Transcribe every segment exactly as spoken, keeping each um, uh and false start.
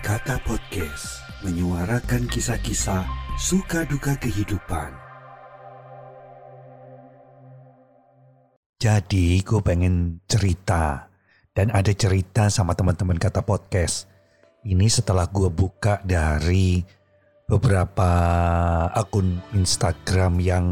Kata Podcast menyuarakan kisah-kisah suka duka kehidupan. Jadi gue pengen cerita, dan ada cerita sama teman-teman Kata Podcast. Ini setelah gue buka dari beberapa akun Instagram yang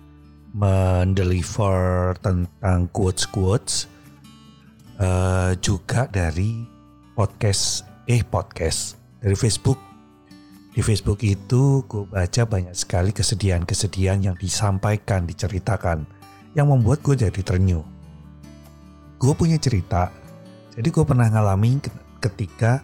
mendeliver tentang quotes-quotes, uh, juga dari podcast, eh podcast dari Facebook. Di Facebook itu gue baca banyak sekali kesedihan-kesedihan yang disampaikan, diceritakan, yang membuat gue jadi terenyuh. Gue punya cerita, jadi gue pernah ngalamin ketika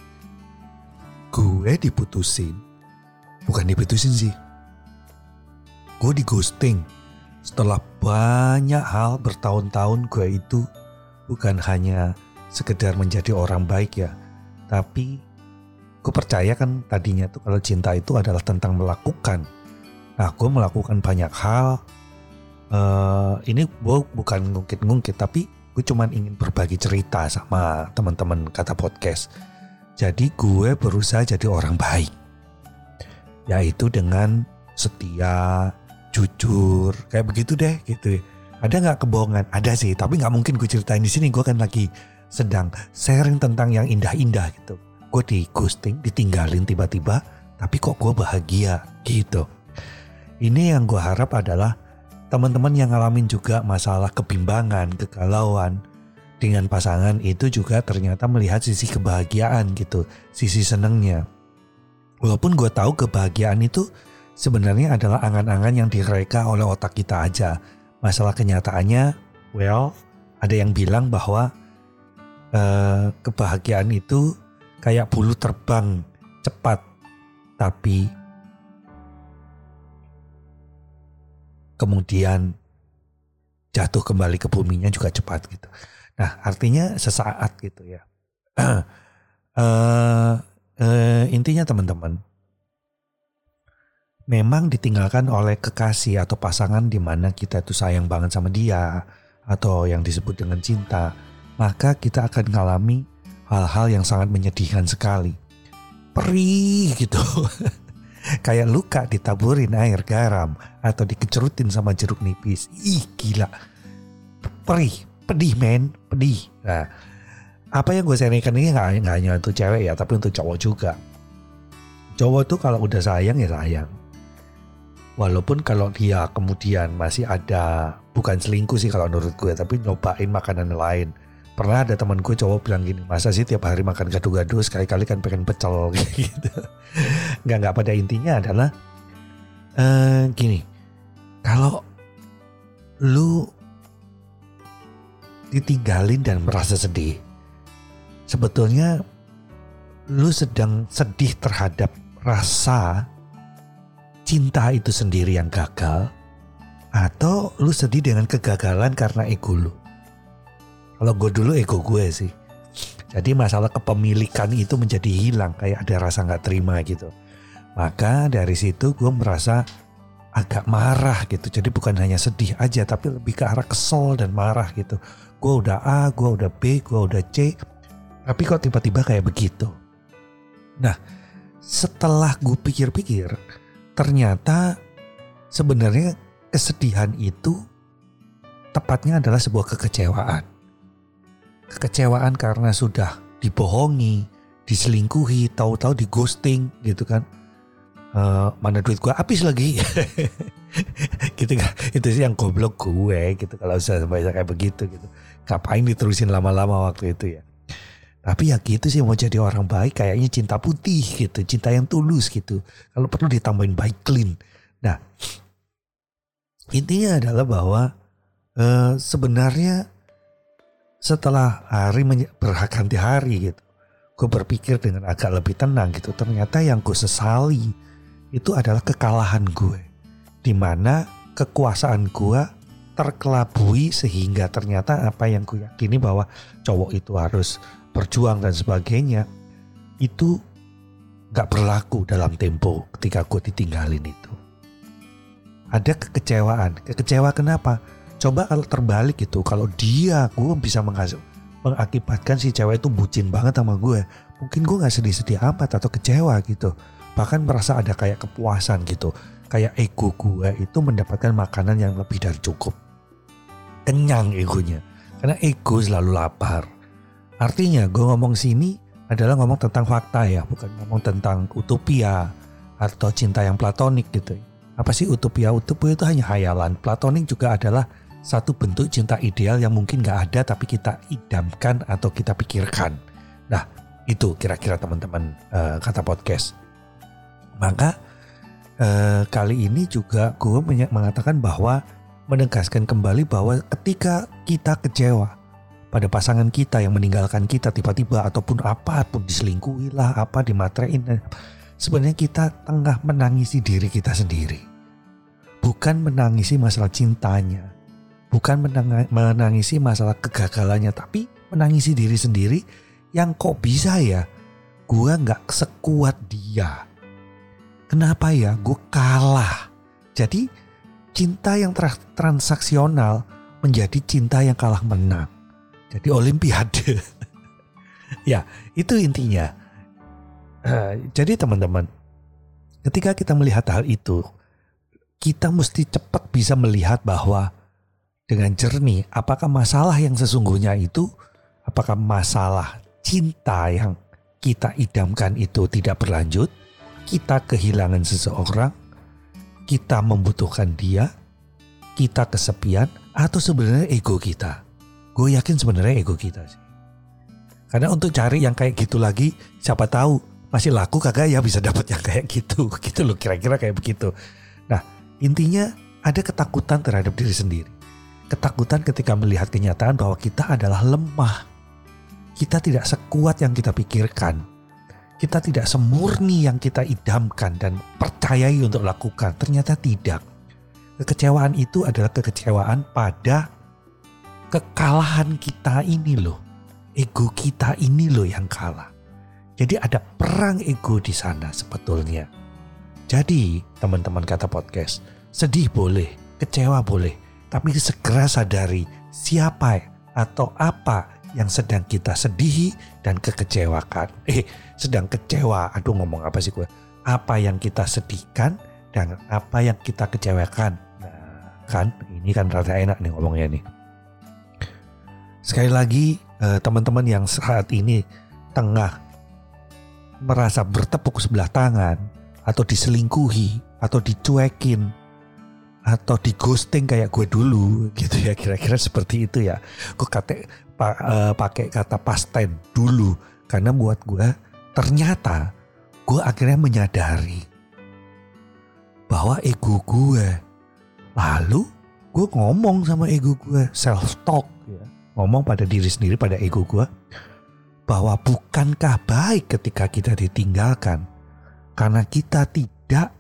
gue diputusin, bukan diputusin sih, gue di ghosting. Setelah banyak hal bertahun-tahun gue itu bukan hanya sekedar menjadi orang baik ya, tapi gue percaya kan tadinya tuh kalau cinta itu adalah tentang melakukan. Nah, gue melakukan banyak hal. Uh, ini gue bukan ngungkit-ngungkit, tapi gue cuman ingin berbagi cerita sama teman-teman Kata Podcast. Jadi gue berusaha jadi orang baik, yaitu dengan setia, jujur, kayak begitu deh gitu. Ada nggak kebohongan? Ada sih, tapi nggak mungkin gue ceritain di sini. Gue kan lagi sedang sharing tentang yang indah-indah gitu. Gue di ghosting, ditinggalin tiba-tiba, tapi kok gue bahagia gitu. Ini yang gue harap adalah teman-teman yang ngalamin juga masalah kebimbangan, kegalauan dengan pasangan itu juga ternyata melihat sisi kebahagiaan gitu, sisi senengnya. Walaupun gue tahu kebahagiaan itu sebenarnya adalah angan-angan yang direka oleh otak kita aja. Masalah kenyataannya, well, ada yang bilang bahwa uh, kebahagiaan itu kayak bulu terbang cepat, tapi kemudian jatuh kembali ke buminya juga cepat gitu. Nah, artinya sesaat gitu ya. uh, uh, intinya teman-teman, memang ditinggalkan oleh kekasih atau pasangan di mana kita itu sayang banget sama dia atau yang disebut dengan cinta, maka kita akan mengalami hal-hal yang sangat menyedihkan sekali. Perih gitu. Kayak luka ditaburin air garam atau dikecerutin sama jeruk nipis. Ih gila. Perih, pedih men, pedih. Nah, apa yang gue sharingkan ini gak, gak hanya untuk cewek ya, tapi untuk cowok juga. Cowok tuh kalau udah sayang ya sayang. Walaupun kalau dia kemudian masih ada, bukan selingkuh sih kalau menurut gue, tapi nyobain makanan lain. Pernah ada teman gue cowok bilang gini, masa sih tiap hari makan gado-gado, sekali-kali kan pengen pecel gitu. Nggak, nggak, pada intinya adalah uh, gini, kalau lu ditinggalin dan merasa sedih, sebetulnya lu sedang sedih terhadap rasa cinta itu sendiri yang gagal, atau lu sedih dengan kegagalan karena ego lu. Kalau gue dulu ego gue sih. Jadi masalah kepemilikan itu menjadi hilang, kayak ada rasa gak terima gitu. Maka dari situ gue merasa agak marah gitu. Jadi bukan hanya sedih aja, tapi lebih ke arah kesel dan marah gitu. Gue udah A, gue udah B, gue udah C, tapi kok tiba-tiba kayak begitu. Nah, setelah gue pikir-pikir, ternyata sebenarnya kesedihan itu tepatnya adalah sebuah kekecewaan. Kekecewaan karena sudah dibohongi, diselingkuhi, tahu-tahu di ghosting gitu kan. Uh, mana duit gue habis lagi. Gitu kan. Itu sih yang goblok gue gitu kalau usah sampai kayak begitu gitu. Ngapain diterusin lama-lama waktu itu ya. Tapi ya gitu sih, mau jadi orang baik kayaknya cinta putih gitu, cinta yang tulus gitu. Kalau perlu ditambahin baik clean. Nah, intinya adalah bahwa uh, sebenarnya setelah hari berganti hari gitu, gue berpikir dengan agak lebih tenang gitu. Ternyata yang gue sesali itu adalah kekalahan gue, dimana kekuasaan gue terkelabui sehingga ternyata apa yang gue yakini bahwa cowok itu harus berjuang dan sebagainya itu gak berlaku dalam tempo ketika gue ditinggalin itu. Ada kekecewaan. Kekecewa kenapa? Coba kalau terbalik gitu, kalau dia, gue bisa menghasil, mengakibatkan si cewek itu bucin banget sama gue, mungkin gue gak sedih-sedih amat atau kecewa gitu. Bahkan merasa ada kayak kepuasan gitu. Kayak ego gue itu mendapatkan makanan yang lebih dari cukup. Kenyang egonya. Karena ego selalu lapar. Artinya gue ngomong sini adalah ngomong tentang fakta ya. Bukan ngomong tentang utopia atau cinta yang platonik gitu. Apa sih utopia? Utopia itu hanya hayalan. Platonik juga adalah satu bentuk cinta ideal yang mungkin gak ada tapi kita idamkan atau kita pikirkan. Nah itu kira-kira teman-teman uh, kata podcast. Maka uh, kali ini juga gue mengatakan bahwa menegaskan kembali bahwa ketika kita kecewa pada pasangan kita yang meninggalkan kita tiba-tiba ataupun apapun diselingkuhi lah apa dimatrein, sebenarnya kita tengah menangisi diri kita sendiri. Bukan menangisi masalah cintanya. Bukan menangisi masalah kegagalannya, tapi menangisi diri sendiri yang kok bisa ya gue gak sekuat dia. Kenapa ya gue kalah. Jadi cinta yang tra- transaksional menjadi cinta yang kalah menang. Jadi olimpiade. Ya itu intinya. Uh, jadi teman-teman, ketika kita melihat hal itu, kita mesti cepat bisa melihat bahwa dengan jernih, apakah masalah yang sesungguhnya itu, apakah masalah cinta yang kita idamkan itu tidak berlanjut, kita kehilangan seseorang, kita membutuhkan dia, kita kesepian, atau sebenarnya ego kita. Gue yakin sebenarnya ego kita sih. Karena untuk cari yang kayak gitu lagi, siapa tahu masih laku kagak ya bisa dapat yang kayak gitu. Gitu loh kira-kira kayak begitu. Nah intinya ada ketakutan terhadap diri sendiri. Ketakutan ketika melihat kenyataan bahwa kita adalah lemah. Kita tidak sekuat yang kita pikirkan. Kita tidak semurni yang kita idamkan dan percayai untuk lakukan. Ternyata tidak. Kekecewaan itu adalah kekecewaan pada kekalahan kita ini loh. Ego kita ini loh yang kalah. Jadi ada perang ego di sana sebetulnya. Jadi teman-teman kata podcast, sedih boleh, kecewa boleh. Tapi segera sadari siapa atau apa yang sedang kita sedihi dan kekecewakan. Eh, sedang kecewa. Aduh ngomong apa sih gue? Apa yang kita sedihkan dan apa yang kita kecewakan. Nah kan ini kan rada enak nih ngomongnya nih. Sekali lagi eh, teman-teman yang saat ini tengah merasa bertepuk sebelah tangan atau diselingkuhi atau dicuekin atau di ghosting kayak gue dulu gitu ya, kira-kira seperti itu ya. Gue kata pa, uh, pakai kata past tense dulu karena buat gue ternyata gue akhirnya menyadari bahwa ego gue, lalu gue ngomong sama ego gue, self talk ya, ngomong pada diri sendiri, pada ego gue, bahwa bukankah baik ketika kita ditinggalkan karena kita tidak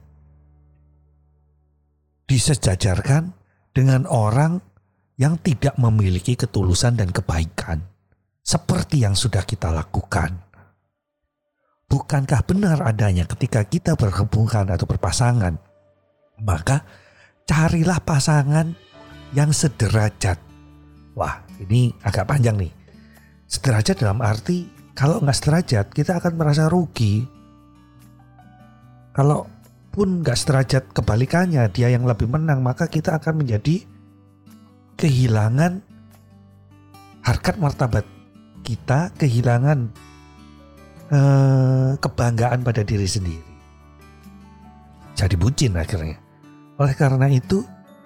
disejajarkan dengan orang yang tidak memiliki ketulusan dan kebaikan seperti yang sudah kita lakukan. Bukankah benar adanya ketika kita berhubungan atau berpasangan, maka carilah pasangan yang sederajat. Wah, ini agak panjang nih. Sederajat dalam arti kalau nggak sederajat kita akan merasa rugi. Kalau pun gak sederajat kebalikannya, dia yang lebih menang, maka kita akan menjadi kehilangan harkat martabat kita, kehilangan eh, kebanggaan pada diri sendiri. Jadi bucin akhirnya. Oleh karena itu,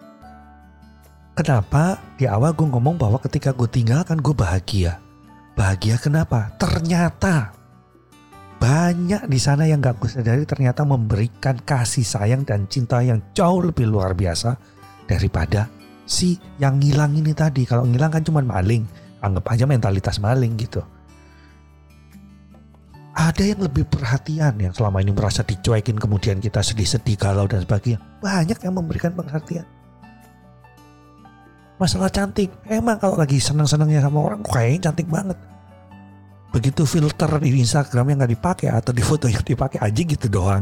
kenapa di awal gue ngomong bahwa ketika gue tinggalkan gue bahagia. Bahagia kenapa? Ternyata banyak di sana yang gak gue sadari ternyata memberikan kasih sayang dan cinta yang jauh lebih luar biasa daripada si yang ngilang ini tadi. Kalau ngilang kan cuma maling, anggap aja mentalitas maling gitu. Ada yang lebih perhatian, yang selama ini merasa dicuekin kemudian kita sedih-sedih, galau dan sebagainya. Banyak yang memberikan perhatian. Masalah cantik, emang kalau lagi senang-senangnya sama orang kayaknya cantik banget. Begitu filter di Instagram yang gak dipakai atau di foto yang dipakai aja gitu doang.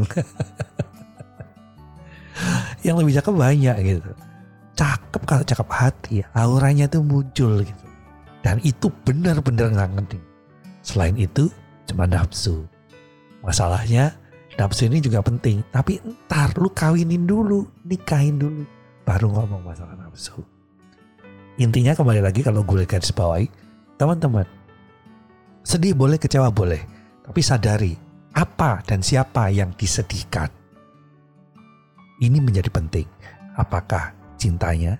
Yang lebih cakep banyak gitu. Cakep kalau cakep hati, auranya tuh muncul gitu. Dan itu benar-benar ngangenin. Selain itu, cuma nafsu. Masalahnya nafsu ini juga penting, tapi entar lu kawinin dulu, nikahin dulu, baru ngomong masalah nafsu. Intinya kembali lagi kalau gue garis bawahi, teman-teman, sedih boleh, kecewa boleh, tapi sadari apa dan siapa yang disedihkan. Ini menjadi penting. Apakah cintanya?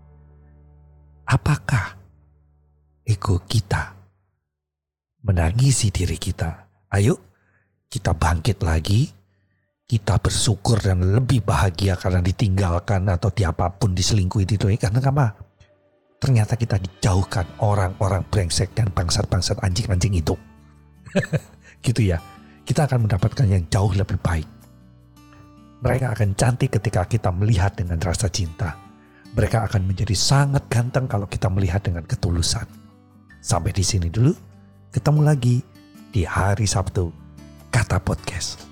Apakah ego kita menangisi diri kita? Ayo kita bangkit lagi, kita bersyukur dan lebih bahagia karena ditinggalkan atau diapapun diselingkuhi itu. Karena apa? Ternyata kita dijauhkan orang-orang brengsek dan bangsat-bangsat anjing-anjing itu. Gitu ya. Kita akan mendapatkan yang jauh lebih baik. Mereka akan cantik ketika kita melihat dengan rasa cinta. Mereka akan menjadi sangat ganteng kalau kita melihat dengan ketulusan. Sampai di sini dulu. Ketemu lagi di hari Sabtu Kata Podcast.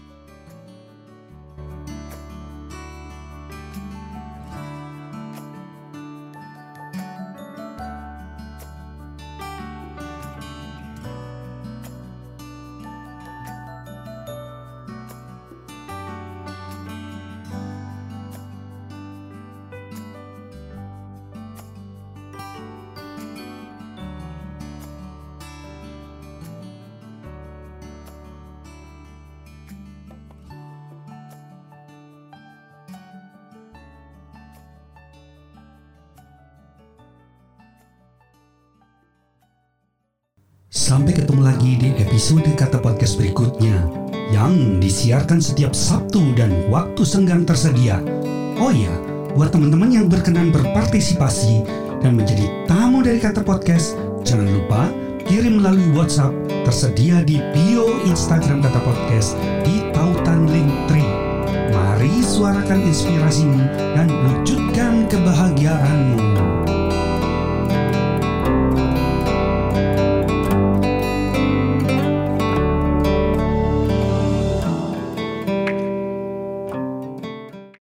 Sampai ketemu lagi di episode Kata Podcast berikutnya yang disiarkan setiap Sabtu dan waktu senggang tersedia. Oh iya, buat teman-teman yang berkenan berpartisipasi dan menjadi tamu dari Kata Podcast, jangan lupa kirim melalui WhatsApp tersedia di bio Instagram Kata Podcast di tautan Linktree. Mari suarakan inspirasimu dan wujudkan kebahagiaan